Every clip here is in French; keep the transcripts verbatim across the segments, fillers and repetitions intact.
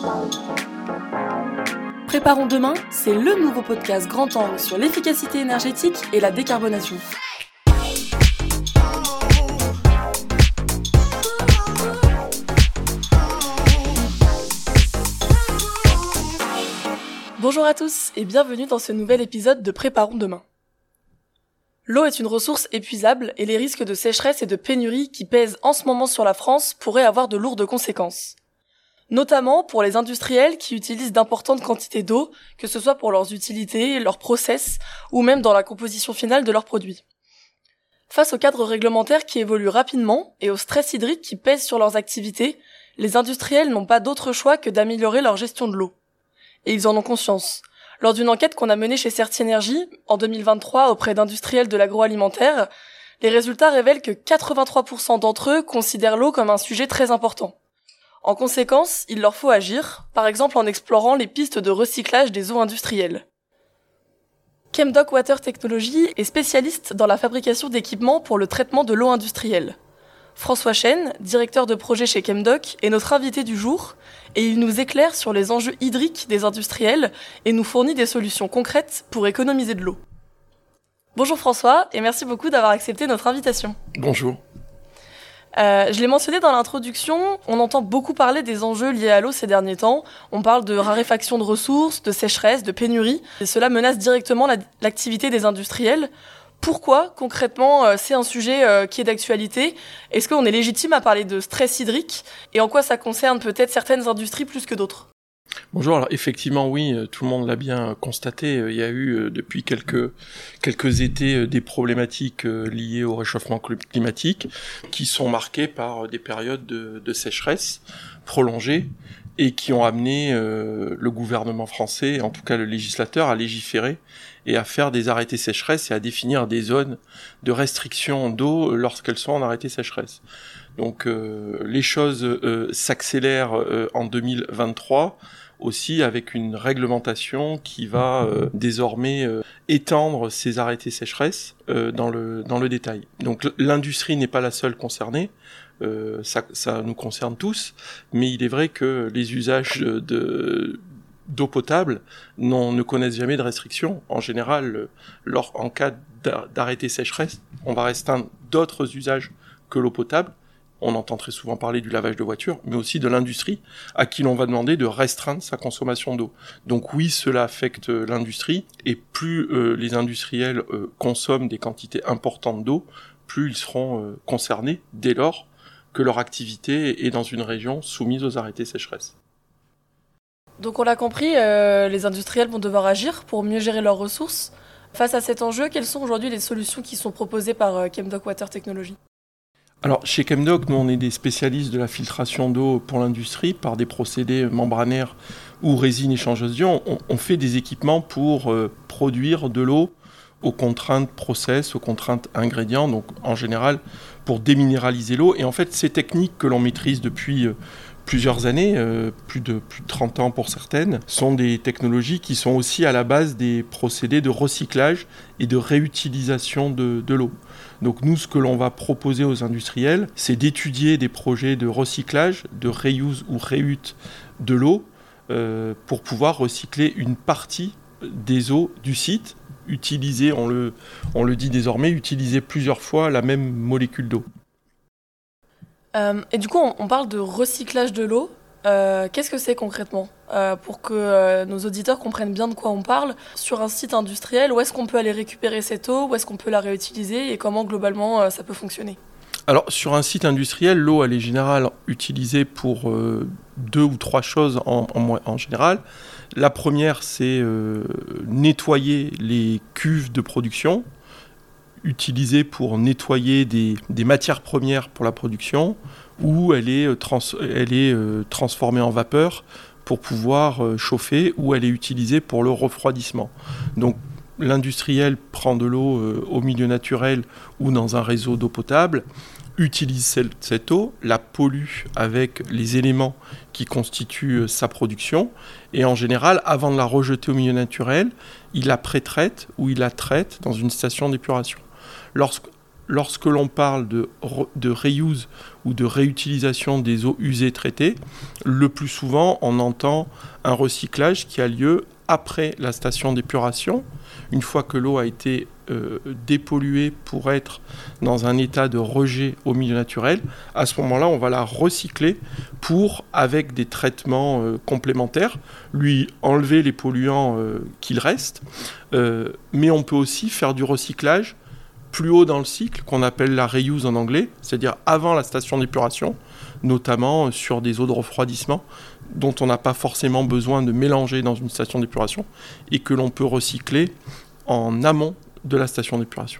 Préparons demain, c'est le nouveau podcast grand angle sur l'efficacité énergétique et la décarbonation. Bonjour à tous et bienvenue dans ce nouvel épisode de Préparons demain. L'eau est une ressource épuisable et les risques de sécheresse et de pénurie qui pèsent en ce moment sur la France pourraient avoir de lourdes conséquences. Notamment pour les industriels qui utilisent d'importantes quantités d'eau, que ce soit pour leurs utilités, leurs process ou même dans la composition finale de leurs produits. Face au cadre réglementaire qui évolue rapidement et au stress hydrique qui pèse sur leurs activités, les industriels n'ont pas d'autre choix que d'améliorer leur gestion de l'eau. Et ils en ont conscience. Lors d'une enquête qu'on a menée chez Certienergie, en deux mille vingt-trois auprès d'industriels de l'agroalimentaire, les résultats révèlent que quatre-vingt-trois pour cent d'entre eux considèrent l'eau comme un sujet très important. En conséquence, il leur faut agir, par exemple en explorant les pistes de recyclage des eaux industrielles. Chemdoc Water Technology est spécialiste dans la fabrication d'équipements pour le traitement de l'eau industrielle. François Chêne, directeur de projet chez Chemdoc, est notre invité du jour et il nous éclaire sur les enjeux hydriques des industriels et nous fournit des solutions concrètes pour économiser de l'eau. Bonjour François et merci beaucoup d'avoir accepté notre invitation. Bonjour. Euh, je l'ai mentionné dans l'introduction, on entend beaucoup parler des enjeux liés à l'eau ces derniers temps. On parle de raréfaction de ressources, de sécheresse, de pénurie et cela menace directement la, l'activité des industriels. Pourquoi, concrètement, euh, c'est un sujet euh, qui est d'actualité ? Est-ce qu'on est légitime à parler de stress hydrique ? Et en quoi ça concerne peut-être certaines industries plus que d'autres ? Bonjour, alors effectivement, oui, tout le monde l'a bien constaté. Il y a eu depuis quelques, quelques étés des problématiques liées au réchauffement climatique qui sont marquées par des périodes de, de sécheresse prolongées et qui ont amené euh, le gouvernement français, en tout cas le législateur, à légiférer et à faire des arrêtés sécheresse et à définir des zones de restriction d'eau lorsqu'elles sont en arrêté sécheresse. Donc euh, les choses euh, s'accélèrent euh, en deux mille vingt-trois, aussi avec une réglementation qui va euh, désormais euh, étendre ces arrêtés sécheresse euh, dans le dans le détail. Donc l'industrie n'est pas la seule concernée. Euh, ça, ça nous concerne tous, mais il est vrai que les usages de, d'eau potable non, ne connaissent jamais de restrictions. En général, lors, en cas d'arrêté sécheresse, on va restreindre d'autres usages que l'eau potable. On entend très souvent parler du lavage de voitures, mais aussi de l'industrie, à qui l'on va demander de restreindre sa consommation d'eau. Donc oui, cela affecte l'industrie, et plus euh, les industriels euh, consomment des quantités importantes d'eau, plus ils seront euh, concernés dès lors que leur activité est dans une région soumise aux arrêtés sécheresse. Donc on l'a compris, euh, les industriels vont devoir agir pour mieux gérer leurs ressources. Face à cet enjeu, quelles sont aujourd'hui les solutions qui sont proposées par euh, Chemdoc Water Technology ? Alors chez Chemdoc, nous on est des spécialistes de la filtration d'eau pour l'industrie par des procédés membranaires ou résine échangeuse d'ions. On, on fait des équipements pour euh, produire de l'eau aux contraintes process, aux contraintes ingrédients, donc en général pour déminéraliser l'eau. Et en fait, ces techniques que l'on maîtrise depuis euh, plusieurs années, euh, plus de, plus de trente ans pour certaines, sont des technologies qui sont aussi à la base des procédés de recyclage et de réutilisation de, de l'eau. Donc nous, ce que l'on va proposer aux industriels, c'est d'étudier des projets de recyclage, de reuse ou reut de l'eau euh, pour pouvoir recycler une partie des eaux du site, utiliser, on le, on le dit désormais, utiliser plusieurs fois la même molécule d'eau. Euh, et du coup, on, on parle de recyclage de l'eau. Euh, qu'est-ce que c'est concrètement ? euh, Pour que euh, nos auditeurs comprennent bien de quoi on parle, sur un site industriel, où est-ce qu'on peut aller récupérer cette eau ? Où est-ce qu'on peut la réutiliser ? Et comment globalement euh, ça peut fonctionner ? Alors, sur un site industriel, l'eau, elle est généralement utilisée pour euh, deux ou trois choses en, en, en général. La première, c'est euh, nettoyer les cuves de production, utilisée pour nettoyer des, des matières premières pour la production, ou elle est, trans, elle est euh, transformée en vapeur pour pouvoir euh, chauffer, ou elle est utilisée pour le refroidissement. Donc l'industriel prend de l'eau euh, au milieu naturel ou dans un réseau d'eau potable, utilise cette, cette eau, la pollue avec les éléments qui constituent euh, sa production, et en général, avant de la rejeter au milieu naturel, il la pré-traite ou il la traite dans une station d'épuration. Lorsque, lorsque l'on parle de, re, de reuse ou de réutilisation des eaux usées traitées, le plus souvent, on entend un recyclage qui a lieu après la station d'épuration, une fois que l'eau a été euh, dépolluée pour être dans un état de rejet au milieu naturel. À ce moment-là, on va la recycler pour, avec des traitements euh, complémentaires, lui enlever les polluants euh, qu'il reste. Euh, mais on peut aussi faire du recyclage plus haut dans le cycle, qu'on appelle la reuse en anglais, c'est-à-dire avant la station d'épuration, notamment sur des eaux de refroidissement dont on n'a pas forcément besoin de mélanger dans une station d'épuration et que l'on peut recycler en amont de la station d'épuration.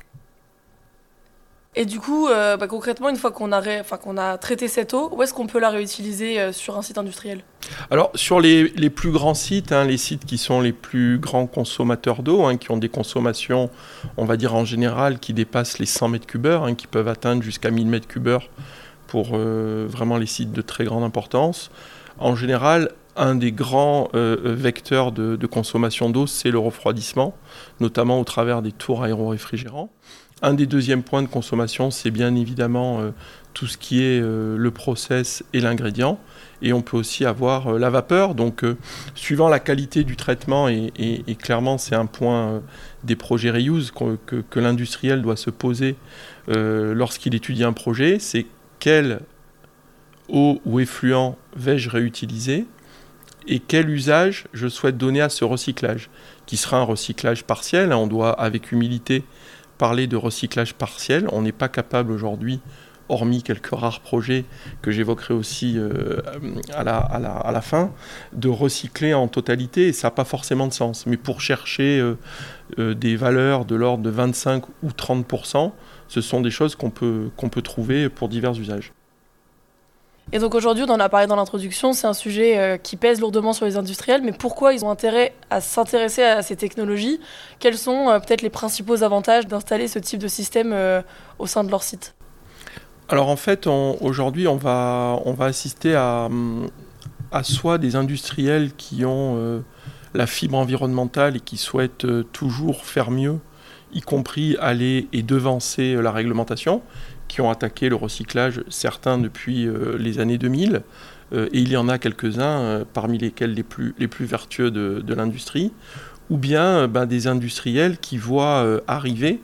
Et du coup, euh, bah, concrètement, une fois qu'on a, ré... enfin, qu'on a traité cette eau, où est-ce qu'on peut la réutiliser euh, sur un site industriel ? Alors, sur les, les plus grands sites, hein, les sites qui sont les plus grands consommateurs d'eau, hein, qui ont des consommations, on va dire en général, qui dépassent les cent mètres cubes heure, hein, qui peuvent atteindre jusqu'à mille mètres cubes heure pour euh, vraiment les sites de très grande importance. En général, un des grands euh, vecteurs de, de consommation d'eau, c'est le refroidissement, notamment au travers des tours aéroréfrigérants. Un des deuxièmes points de consommation, c'est bien évidemment euh, tout ce qui est euh, le process et l'ingrédient. Et on peut aussi avoir euh, la vapeur. Donc, euh, suivant la qualité du traitement, et, et, et clairement, c'est un point euh, des projets reuse que, que, que l'industriel doit se poser euh, lorsqu'il étudie un projet, c'est quelle eau ou effluent vais-je réutiliser et quel usage je souhaite donner à ce recyclage, qui sera un recyclage partiel. On doit, avec humilité, parler de recyclage partiel. On n'est pas capable aujourd'hui, hormis quelques rares projets que j'évoquerai aussi euh, à, la, à, la, à la fin, de recycler en totalité, et ça n'a pas forcément de sens. Mais pour chercher euh, euh, des valeurs de l'ordre de vingt-cinq ou trente pour cent, ce sont des choses qu'on peut, qu'on peut trouver pour divers usages. Et donc aujourd'hui, on en a parlé dans l'introduction, c'est un sujet euh, qui pèse lourdement sur les industriels, mais pourquoi ils ont intérêt à s'intéresser à ces technologies ? Quels sont euh, peut-être les principaux avantages d'installer ce type de système euh, au sein de leur site ? Alors en fait, on, aujourd'hui, on va, on va assister à, à soit des industriels qui ont euh, la fibre environnementale et qui souhaitent euh, toujours faire mieux, y compris aller et devancer euh, la réglementation, qui ont attaqué le recyclage, certains depuis euh, les années deux mille, euh, et il y en a quelques-uns, euh, parmi lesquels les plus, les plus vertueux de, de l'industrie, ou bien euh, ben, des industriels qui voient euh, arriver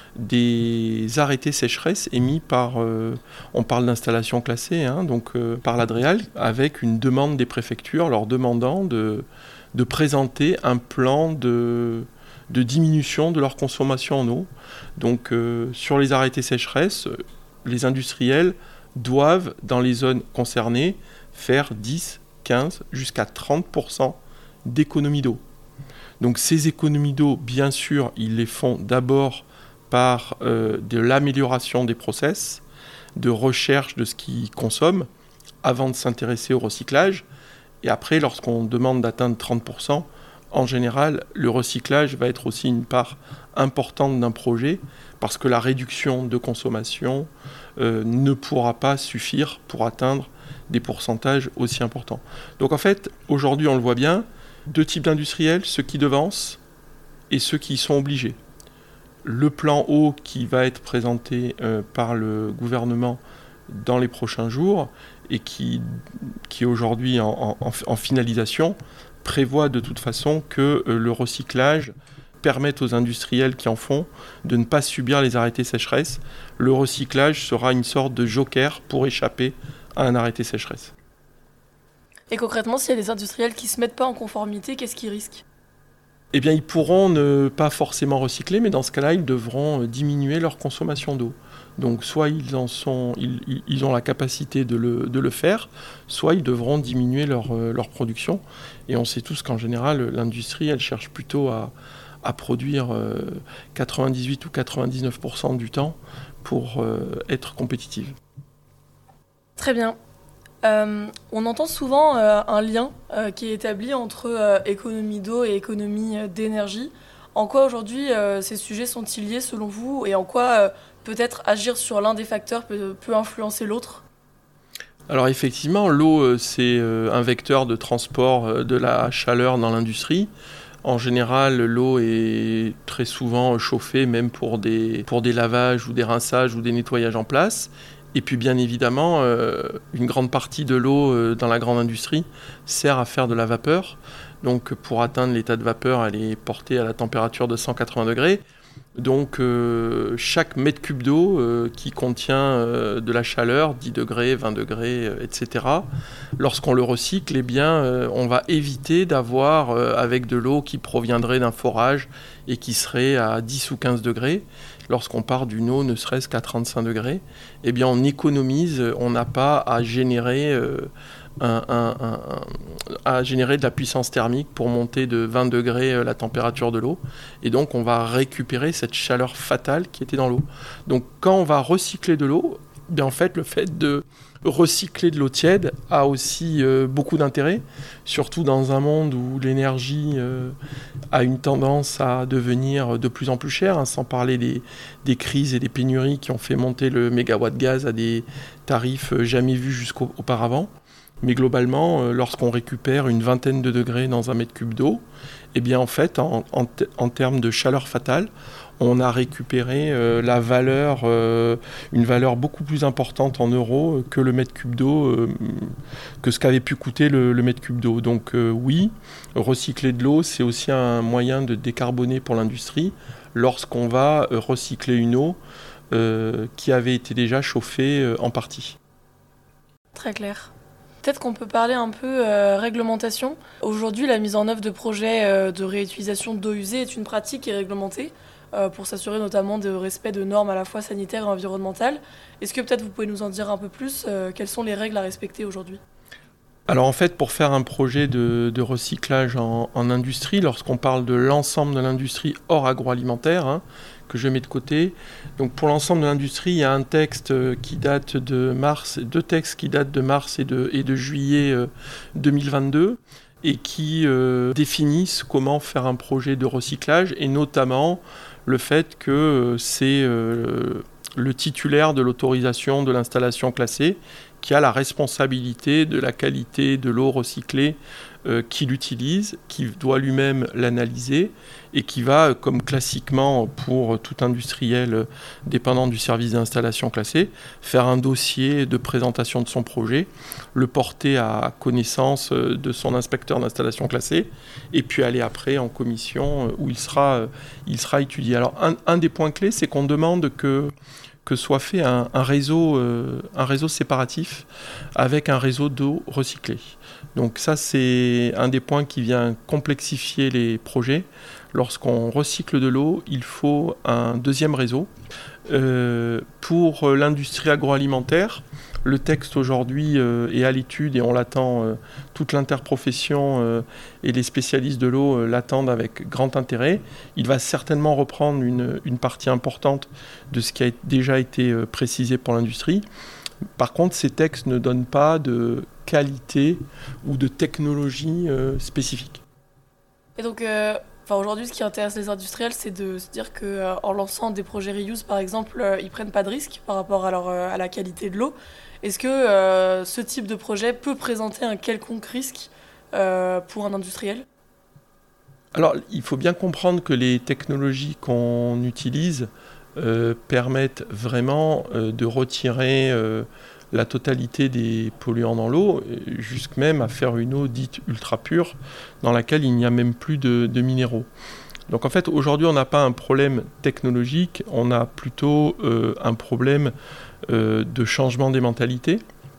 des arrêtés sécheresse émis par, euh, on parle d'installation classée, hein, donc euh, par l'Adréal, avec une demande des préfectures leur demandant de, de présenter un plan de, de diminution de leur consommation en eau. Donc euh, sur les arrêtés sécheresse, les industriels doivent, dans les zones concernées, faire dix, quinze, jusqu'à trente pour cent d'économie d'eau. Donc ces économies d'eau, bien sûr, ils les font d'abord par euh, de l'amélioration des process, de recherche de ce qu'ils consomment, avant de s'intéresser au recyclage. Et après, lorsqu'on demande d'atteindre trente pour cent, en général, le recyclage va être aussi une part importante d'un projet, parce que la réduction de consommation euh, ne pourra pas suffire pour atteindre des pourcentages aussi importants. Donc en fait, aujourd'hui, on le voit bien, deux types d'industriels, ceux qui devancent et ceux qui y sont obligés. Le plan eau qui va être présenté euh, par le gouvernement dans les prochains jours et qui, qui est aujourd'hui en, en, en finalisation, prévoit de toute façon que euh, le recyclage permette aux industriels qui en font de ne pas subir les arrêtés sécheresse. Le recyclage sera une sorte de joker pour échapper à un arrêté sécheresse. Et concrètement, s'il y a des industriels qui ne se mettent pas en conformité, qu'est-ce qu'ils risquent ? Eh bien, ils pourront ne pas forcément recycler, mais dans ce cas-là, ils devront diminuer leur consommation d'eau. Donc, soit ils, en sont, ils, ils ont la capacité de le, de le faire, soit ils devront diminuer leur, leur production. Et on sait tous qu'en général, l'industrie, elle cherche plutôt à, à produire quatre-vingt-dix-huit ou quatre-vingt-dix-neuf pour cent du temps pour être compétitive. Très bien. Euh, on entend souvent euh, un lien euh, qui est établi entre euh, économie d'eau et économie euh, d'énergie. En quoi aujourd'hui euh, ces sujets sont-ils liés selon vous et en quoi euh, peut-être agir sur l'un des facteurs peut, peut influencer l'autre ? Alors effectivement, l'eau, euh, c'est euh, un vecteur de transport euh, de la chaleur dans l'industrie. En général, l'eau est très souvent chauffée, même pour des, pour des lavages ou des rinçages ou des nettoyages en place. Et puis bien évidemment, euh, une grande partie de l'eau euh, dans la grande industrie sert à faire de la vapeur. Donc pour atteindre l'état de vapeur, elle est portée à la température de cent quatre-vingts degrés. Donc euh, chaque mètre cube d'eau euh, qui contient euh, de la chaleur, dix degrés, vingt degrés, euh, et cetera, lorsqu'on le recycle, eh bien, euh, on va éviter d'avoir euh, avec de l'eau qui proviendrait d'un forage et qui serait à dix ou quinze degrés. Lorsqu'on part d'une eau ne serait-ce qu'à trente-cinq degrés, eh bien, on économise, on n'a pas à générer... Euh, Un, un, un, à générer de la puissance thermique pour monter de vingt degrés la température de l'eau. Et donc, on va récupérer cette chaleur fatale qui était dans l'eau. Donc, quand on va recycler de l'eau, bien en fait, le fait de recycler de l'eau tiède a aussi euh, beaucoup d'intérêt, surtout dans un monde où l'énergie euh, a une tendance à devenir de plus en plus chère, hein, sans parler des, des crises et des pénuries qui ont fait monter le mégawatt gaz à des tarifs jamais vus jusqu'auparavant. Mais globalement, euh, lorsqu'on récupère une vingtaine de degrés dans un mètre cube d'eau, eh bien en fait, en, en, t- en termes de chaleur fatale, on a récupéré euh, la valeur, euh, une valeur beaucoup plus importante en euros que le mètre cube d'eau, euh, que ce qu'avait pu coûter le, le mètre cube d'eau. Donc euh, oui, recycler de l'eau, c'est aussi un moyen de décarboner pour l'industrie lorsqu'on va euh, recycler une eau euh, qui avait été déjà chauffée euh, en partie. Très clair. Peut-être qu'on peut parler un peu euh, réglementation. Aujourd'hui, la mise en œuvre de projets euh, de réutilisation d'eau usée est une pratique qui est réglementée euh, pour s'assurer notamment du respect de normes à la fois sanitaires et environnementales. Est-ce que peut-être vous pouvez nous en dire un peu plus euh, quelles sont les règles à respecter aujourd'hui ? Alors en fait, pour faire un projet de, de recyclage en, en industrie, lorsqu'on parle de l'ensemble de l'industrie hors agroalimentaire, hein, que je mets de côté. Donc pour l'ensemble de l'industrie, il y a un texte qui date de mars, deux textes qui datent de mars et de, et de juillet deux mille vingt-deux et qui euh, définissent comment faire un projet de recyclage et notamment le fait que euh, c'est euh, le titulaire de l'autorisation de l'installation classée qui a la responsabilité de la qualité de l'eau recyclée euh, qu'il utilise, qui doit lui-même l'analyser et qui va, comme classiquement pour tout industriel euh, dépendant du service d'installation classée, faire un dossier de présentation de son projet, le porter à connaissance euh, de son inspecteur d'installation classée et puis aller après en commission euh, où il sera, euh, il sera étudié. Alors un, un des points clés, c'est qu'on demande que que soit fait un, un, réseau, euh, un réseau séparatif avec un réseau d'eau recyclée. Donc ça, c'est un des points qui vient complexifier les projets. Lorsqu'on recycle de l'eau, il faut un deuxième réseau. Euh, pour l'industrie agroalimentaire, le texte aujourd'hui euh, est à l'étude et on l'attend, euh, toute l'interprofession euh, et les spécialistes de l'eau euh, l'attendent avec grand intérêt. Il va certainement reprendre une, une partie importante de ce qui a déjà été euh, précisé pour l'industrie. Par contre, ces textes ne donnent pas de qualité ou de technologie euh, spécifique. Et donc, euh, aujourd'hui, ce qui intéresse les industriels, c'est de se dire qu'en euh, lançant des projets reuse, par exemple, euh, ils ne prennent pas de risques par rapport à, leur, euh, à la qualité de l'eau. Est-ce que euh, ce type de projet peut présenter un quelconque risque euh, pour un industriel ? Alors, il faut bien comprendre que les technologies qu'on utilise euh, permettent vraiment euh, de retirer euh, la totalité des polluants dans l'eau, jusque même à faire une eau dite ultra pure, dans laquelle il n'y a même plus de, de minéraux. Donc en fait, aujourd'hui, on n'a pas un problème technologique, on a plutôt euh, un problème euh, de changement des mentalités,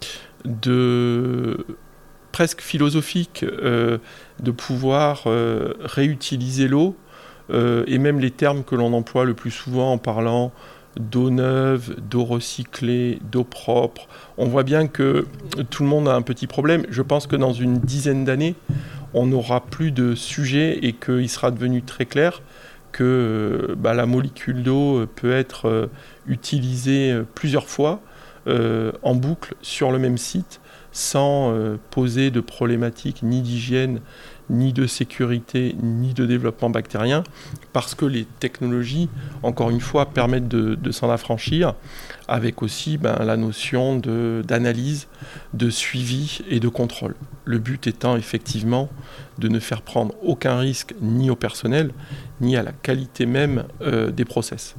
de presque philosophique, euh, de pouvoir euh, réutiliser l'eau, euh, et même les termes que l'on emploie le plus souvent en parlant d'eau neuve, d'eau recyclée, d'eau propre. On voit bien que tout le monde a un petit problème. Je pense que dans une dizaine d'années, on n'aura plus de sujet et qu'il sera devenu très clair que bah, la molécule d'eau peut être euh, utilisée plusieurs fois euh, en boucle sur le même site sans euh, poser de problématiques ni d'hygiène, ni de sécurité, ni de développement bactérien, parce que les technologies, encore une fois, permettent de, de s'en affranchir, avec aussi ben, la notion de, d'analyse, de suivi et de contrôle. Le but étant effectivement de ne faire prendre aucun risque ni au personnel, ni à la qualité même euh, des process.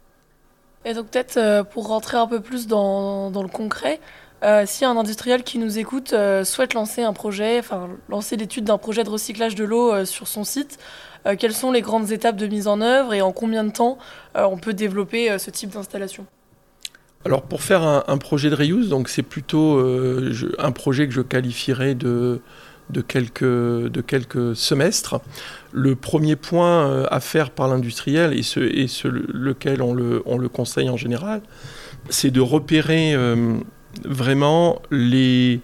Et donc peut-être euh, pour rentrer un peu plus dans, dans le concret, euh, si un industriel qui nous écoute euh, souhaite lancer un projet, enfin lancer l'étude d'un projet de recyclage de l'eau euh, sur son site, euh, quelles sont les grandes étapes de mise en œuvre et en combien de temps euh, on peut développer euh, ce type d'installation ? Alors pour faire un, un projet de reuse, donc c'est plutôt euh, je, un projet que je qualifierais de, de, quelques, de quelques semestres. Le premier point euh, à faire par l'industriel, et, ce, et ce, lequel on le, on le conseille en général, c'est de repérer euh, vraiment les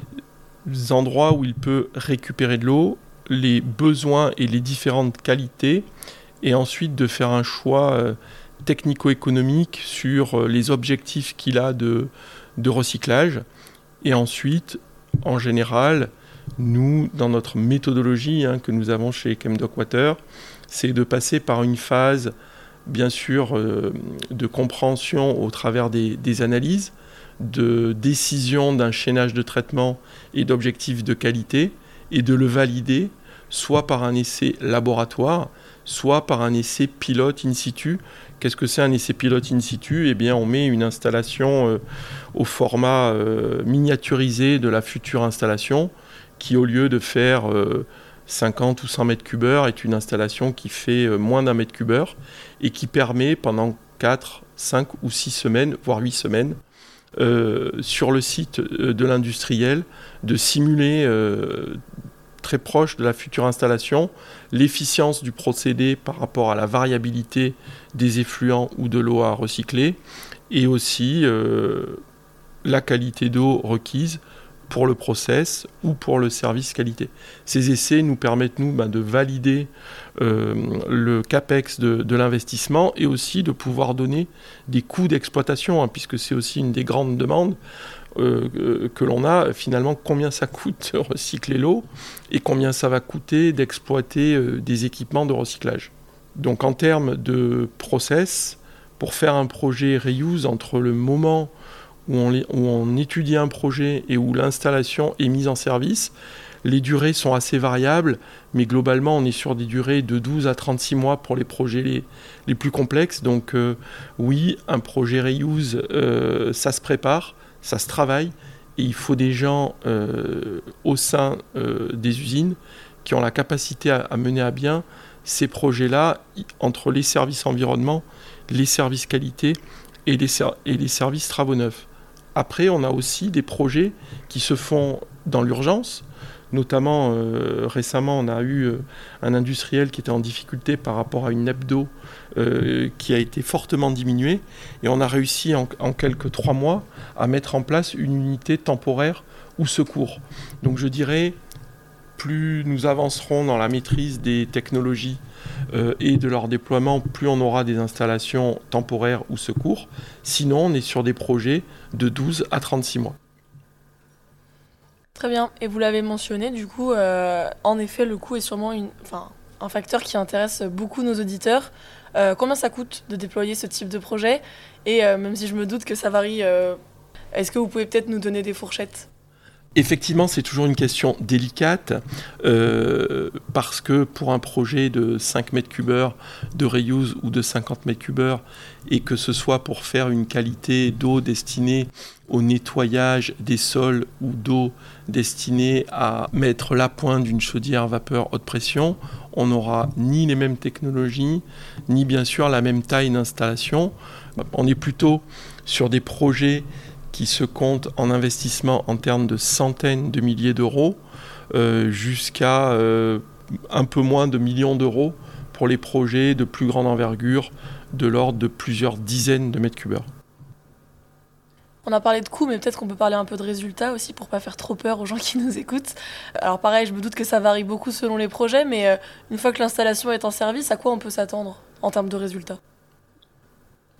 endroits où il peut récupérer de l'eau, les besoins et les différentes qualités, et ensuite de faire un choix euh, technico-économique sur les objectifs qu'il a de, de recyclage. Et ensuite, en général, nous, dans notre méthodologie hein, que nous avons chez Chemdoc Water, c'est de passer par une phase, bien sûr, euh, de compréhension au travers des, des analyses, de décision d'un chaînage de traitement et d'objectifs de qualité, et de le valider, soit par un essai laboratoire, soit par un essai pilote in situ. Qu'est-ce que c'est un essai pilote in situ ? Eh bien, on met une installation euh, au format euh, miniaturisé de la future installation, qui, au lieu de faire euh, cinquante ou cent mètres cubes heure, est une installation qui fait euh, moins d'un mètre cube heure et qui permet pendant quatre, cinq ou six semaines, voire huit semaines, euh, sur le site de l'industriel, de simuler euh, très proche de la future installation, l'efficience du procédé par rapport à la variabilité des effluents ou de l'eau à recycler, et aussi euh, la qualité d'eau requise pour le process ou pour le service qualité. Ces essais nous permettent, nous, ben, de valider euh, le capex de, de l'investissement et aussi de pouvoir donner des coûts d'exploitation, hein, puisque c'est aussi une des grandes demandes Euh, que l'on a, finalement, combien ça coûte de recycler l'eau et combien ça va coûter d'exploiter euh, des équipements de recyclage. Donc en termes de process, pour faire un projet reuse, entre le moment où on, où on étudie un projet et où l'installation est mise en service, les durées sont assez variables, mais globalement on est sur des durées de douze à trente-six mois pour les projets les, les plus complexes. Donc euh, oui, un projet reuse, euh, ça se prépare, ça se travaille, et il faut des gens euh, au sein euh, des usines qui ont la capacité à, à mener à bien ces projets-là entre les services environnement, les services qualité et les, ser- et les services travaux neufs. Après, on a aussi des projets qui se font dans l'urgence. Notamment, euh, récemment, on a eu euh, un industriel qui était en difficulté par rapport à une nappe d'eau euh, qui a été fortement diminuée. Et on a réussi en, en quelques trois mois à mettre en place une unité temporaire ou secours. Donc je dirais, plus nous avancerons dans la maîtrise des technologies euh, et de leur déploiement, plus on aura des installations temporaires ou secours. Sinon, on est sur des projets de douze à trente-six mois. Très bien. Et vous l'avez mentionné, du coup, euh, en effet, le coût est sûrement une, enfin, un facteur qui intéresse beaucoup nos auditeurs. Euh, combien ça coûte de déployer ce type de projet ? Et euh, même si je me doute que ça varie, euh, est-ce que vous pouvez peut-être nous donner des fourchettes ? Effectivement, c'est toujours une question délicate euh, parce que pour un projet de cinq mètres cubes heure de reuse ou de cinquante mètres cubes heure, et que ce soit pour faire une qualité d'eau destinée au nettoyage des sols ou d'eau destinée à mettre la pointe d'une chaudière vapeur haute pression, on n'aura ni les mêmes technologies, ni bien sûr la même taille d'installation. On est plutôt sur des projets qui se comptent en investissement en termes de centaines de milliers d'euros, euh, jusqu'à euh, un peu moins de millions d'euros pour les projets de plus grande envergure, de l'ordre de plusieurs dizaines de mètres cubes heure. On a parlé de coûts, mais peut-être qu'on peut parler un peu de résultats aussi pour pas faire trop peur aux gens qui nous écoutent. Alors pareil, je me doute que ça varie beaucoup selon les projets, mais une fois que l'installation est en service, à quoi on peut s'attendre en termes de résultats ?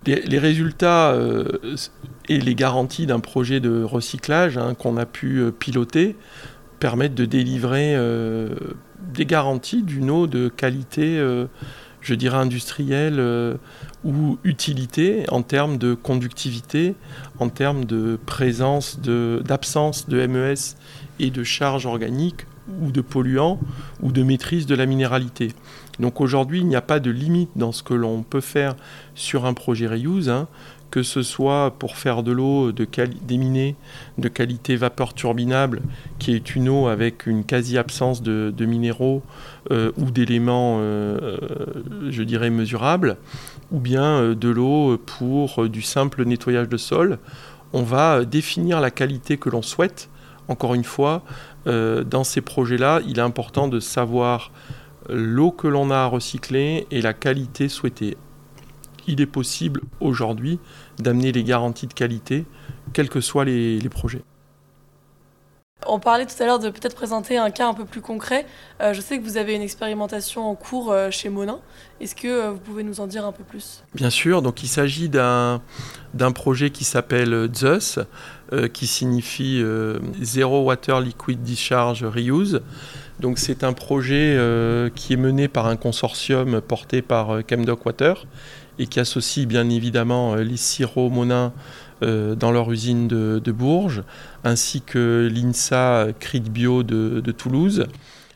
Les, les résultats euh, et les garanties d'un projet de recyclage hein, qu'on a pu euh, piloter permettent de délivrer euh, des garanties d'une eau de qualité, euh, je dirais industrielle euh, ou utilité en termes de conductivité, en termes de présence, de, d'absence de M E S et de charges organiques ou de polluants ou de maîtrise de la minéralité. Donc aujourd'hui, il n'y a pas de limite dans ce que l'on peut faire sur un projet reuse, hein, que ce soit pour faire de l'eau de quali- déminée de qualité vapeur turbinable, qui est une eau avec une quasi-absence de, de minéraux euh, ou d'éléments, euh, je dirais, mesurables, ou bien euh, de l'eau pour euh, du simple nettoyage de sol. On va définir la qualité que l'on souhaite. Encore une fois, euh, dans ces projets-là, il est important de savoir l'eau que l'on a à recycler et la qualité souhaitée. Il est possible aujourd'hui d'amener les garanties de qualité, quels que soient les, les projets. On parlait tout à l'heure de peut-être présenter un cas un peu plus concret. Euh, je sais que vous avez une expérimentation en cours euh, chez Monin. Est-ce que euh, vous pouvez nous en dire un peu plus ? Bien sûr, donc il s'agit d'un, d'un projet qui s'appelle Z E S, euh, qui signifie euh, Zero Water Liquid Discharge Reuse. Donc c'est un projet euh, qui est mené par un consortium porté par euh, Chemdoc Water et qui associe bien évidemment euh, l'Issiro Monin euh, dans leur usine de, de Bourges, ainsi que l'INSA Critbio de, de Toulouse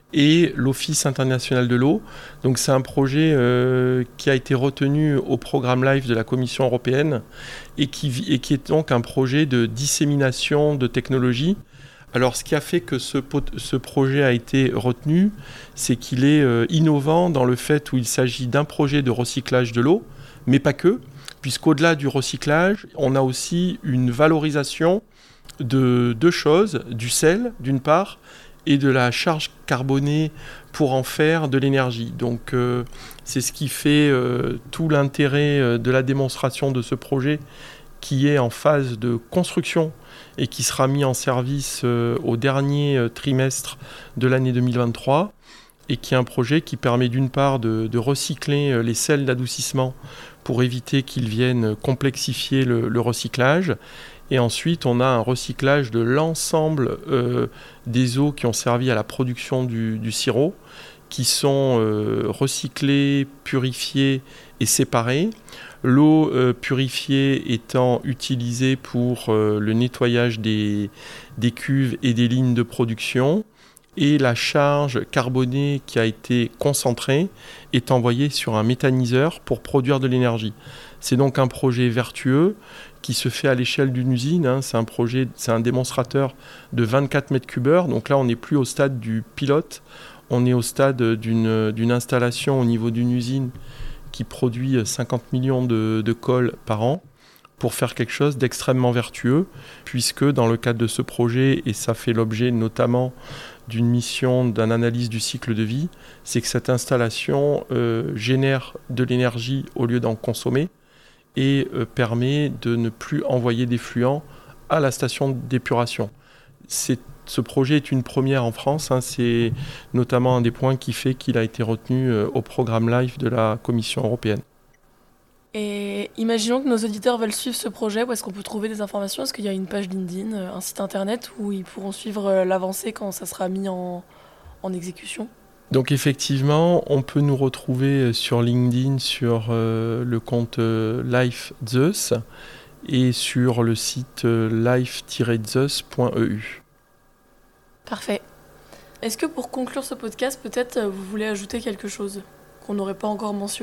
et l'Office international de l'eau. Donc c'est un projet euh, qui a été retenu au programme LIFE de la Commission européenne et qui, et qui est donc un projet de dissémination de technologies. Alors, ce qui a fait que ce, pot- ce projet a été retenu, c'est qu'il est euh, innovant dans le fait où il s'agit d'un projet de recyclage de l'eau, mais pas que, puisqu'au-delà du recyclage, on a aussi une valorisation de deux choses, du sel, d'une part, et de la charge carbonée pour en faire de l'énergie. Donc, euh, c'est ce qui fait euh, tout l'intérêt euh, de la démonstration de ce projet, qui est en phase de construction et qui sera mis en service euh, au dernier euh, trimestre de l'année deux mille vingt-trois, et qui est un projet qui permet d'une part de, de recycler euh, les sels d'adoucissement pour éviter qu'ils viennent complexifier le, le recyclage, et ensuite on a un recyclage de l'ensemble euh, des eaux qui ont servi à la production du, du sirop, qui sont euh, recyclées, purifiées et séparées. L'eau euh, purifiée étant utilisée pour euh, le nettoyage des, des cuves et des lignes de production, et la charge carbonée qui a été concentrée est envoyée sur un méthaniseur pour produire de l'énergie. C'est donc un projet vertueux qui se fait à l'échelle d'une usine. Hein. C'est un projet, c'est un démonstrateur de vingt-quatre mètres cubes heure. Donc là, on n'est plus au stade du pilote, on est au stade d'une, d'une installation au niveau d'une usine qui produit cinquante millions de, de cols par an pour faire quelque chose d'extrêmement vertueux, puisque dans le cadre de ce projet, et ça fait l'objet notamment d'une mission d'une analyse du cycle de vie, c'est que cette installation euh, génère de l'énergie au lieu d'en consommer et euh, permet de ne plus envoyer d'effluents à la station d'épuration. C'est Ce projet est une première en France, hein, c'est notamment un des points qui fait qu'il a été retenu euh, au programme LIFE de la Commission européenne. Et imaginons que nos auditeurs veulent suivre ce projet, où est-ce qu'on peut trouver des informations ? Est-ce qu'il y a une page LinkedIn, un site internet où ils pourront suivre l'avancée quand ça sera mis en, en exécution ? Donc effectivement, on peut nous retrouver sur LinkedIn sur euh, le compte euh, Life Z E S et sur le site euh, life tiret z e s point e u. Parfait. Est-ce que pour conclure ce podcast, peut-être vous voulez ajouter quelque chose qu'on n'aurait pas encore mentionné ?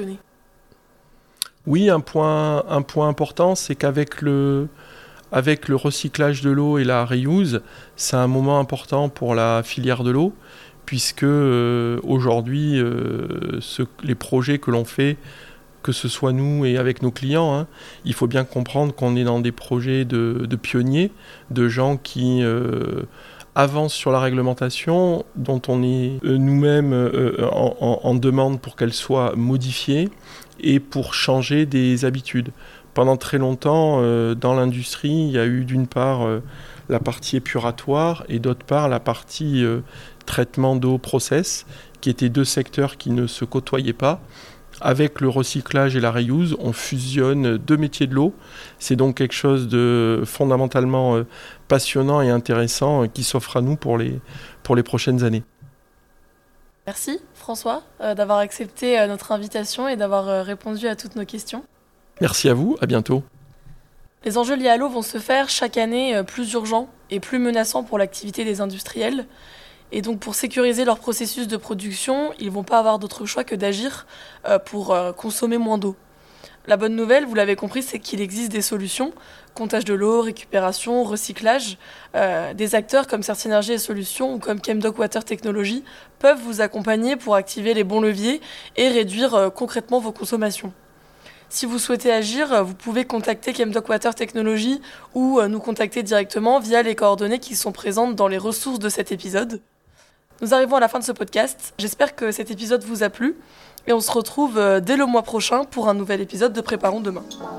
Oui, un point, un point important, c'est qu'avec le, avec le recyclage de l'eau et la reuse, c'est un moment important pour la filière de l'eau, puisque euh, aujourd'hui, euh, ce, les projets que l'on fait, que ce soit nous et avec nos clients, hein, il faut bien comprendre qu'on est dans des projets de, de pionniers, de gens qui euh, avancent sur la réglementation, dont on est euh, nous-mêmes euh, en, en, en demande pour qu'elle soit modifiée et pour changer des habitudes. Pendant très longtemps, euh, dans l'industrie, il y a eu d'une part euh, la partie épuratoire et d'autre part la partie euh, traitement d'eau process, qui étaient deux secteurs qui ne se côtoyaient pas. avec le recyclage et la reuse, on fusionne deux métiers de l'eau. C'est donc quelque chose de fondamentalement euh, passionnant et intéressant euh, qui s'offre à nous pour les, pour les prochaines années. Merci François euh, d'avoir accepté euh, notre invitation et d'avoir euh, répondu à toutes nos questions. Merci à vous, à bientôt. Les enjeux liés à l'eau vont se faire chaque année euh, plus urgents et plus menaçants pour l'activité des industriels. Et donc pour sécuriser leur processus de production, ils ne vont pas avoir d'autre choix que d'agir euh, pour euh, consommer moins d'eau. La bonne nouvelle, vous l'avez compris, c'est qu'il existe des solutions, comptage de l'eau, récupération, recyclage. Euh, des acteurs comme Certinergie et Solutions ou comme Chemdoc Water Technology peuvent vous accompagner pour activer les bons leviers et réduire euh, concrètement vos consommations. Si vous souhaitez agir, vous pouvez contacter Chemdoc Water Technology ou euh, nous contacter directement via les coordonnées qui sont présentes dans les ressources de cet épisode. Nous arrivons à la fin de ce podcast. J'espère que cet épisode vous a plu et on se retrouve dès le mois prochain pour un nouvel épisode de Préparons demain.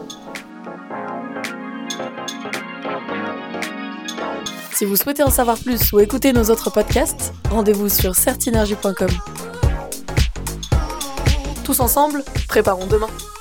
Si vous souhaitez en savoir plus ou écouter nos autres podcasts, rendez-vous sur certinergie point com. Tous ensemble, préparons demain.